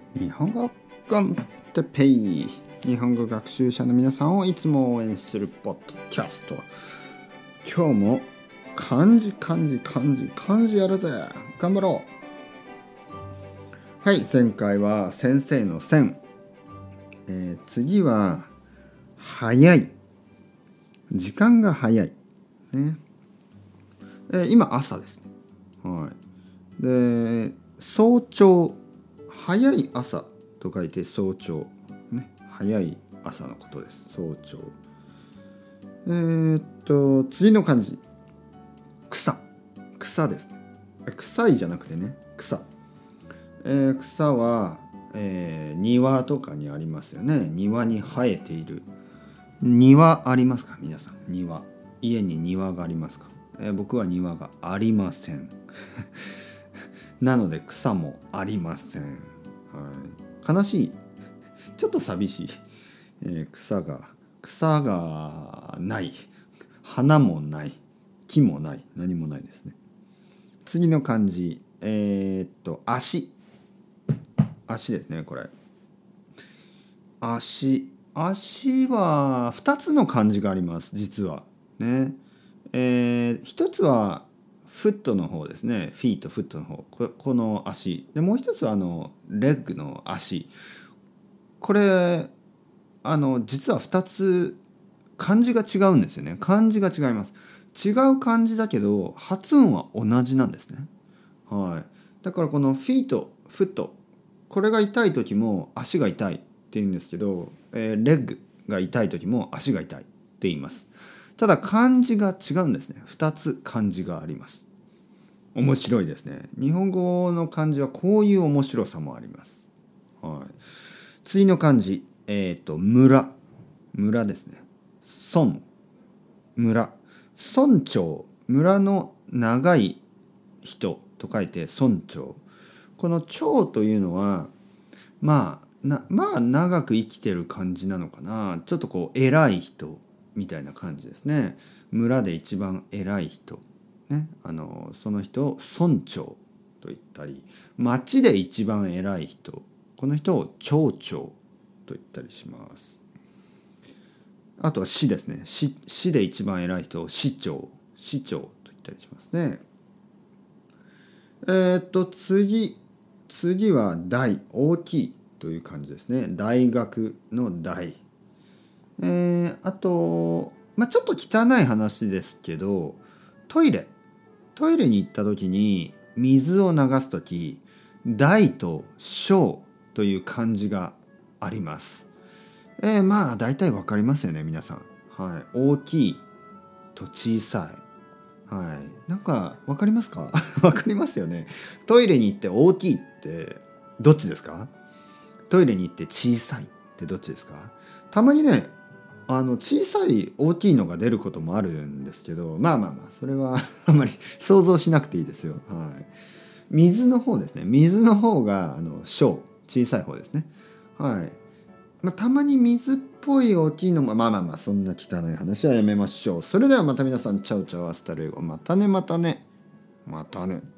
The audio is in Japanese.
日本語コンテペイ、日本語学習者の皆さんをいつも応援するポッドキャスト。今日も漢字やるぜ、頑張ろう。はい、前回は先生の先、次は早い、時間が早い、ね。今朝です。はい。で、早朝、早い朝と書いて早朝、ね、早い朝のことです。早朝。次の漢字、草ですね。臭いじゃなくてね、草。草は、庭とかにありますよね。庭に生えている。庭ありますか皆さん？庭、家に庭がありますか？僕は庭がありません。なので草もありません。はい、悲しい、ちょっと寂しい。草がない、花もない、木もない、何もないですね。次の漢字、足ですね。これ足は2つの漢字があります実はね。一つはフットの方ですね。フィート、フットの方、この足で、もう一つはレッグの足。これ実は2つ漢字が違うんですよね。漢字が違います。違う漢字だけど発音は同じなんですね。はい。だからこのフィート、フット、これが痛い時も足が痛いって言うんですけど、レッグが痛い時も足が痛いって言います。ただ漢字が違うんですね。2つ漢字があります。面白いですね。日本語の漢字はこういう面白さもあります。はい。次の漢字、村ですね。村長、村の長い人と書いて村長。この長というのはまあ長く生きてる感じなのかな。ちょっとこう偉い人みたいな感じですね。村で一番偉い人、ね、その人を村長と言ったり、町で一番偉い人、この人を町長と言ったりします。あとは市ですね。市で一番偉い人を市長と言ったりしますね。次は大きいという感じですね。大学の大。あと、ちょっと汚い話ですけど、トイレに行った時に水を流す時、大と小という漢字があります。大体わかりますよね皆さん。はい。大きいと小さい。はい。なんかわかりますか？わかりますよね。トイレに行って大きいってどっちですか？トイレに行って小さいってどっちですか？たまにね、小さい大きいのが出ることもあるんですけど、それはあんまり想像しなくていいですよ。はい。水の方ですね。水の方が小さい方ですね。はい。たまに水っぽい大きいのもそんな汚い話はやめましょう。それではまた皆さん、チャウチャウアスタルエゴ、またね。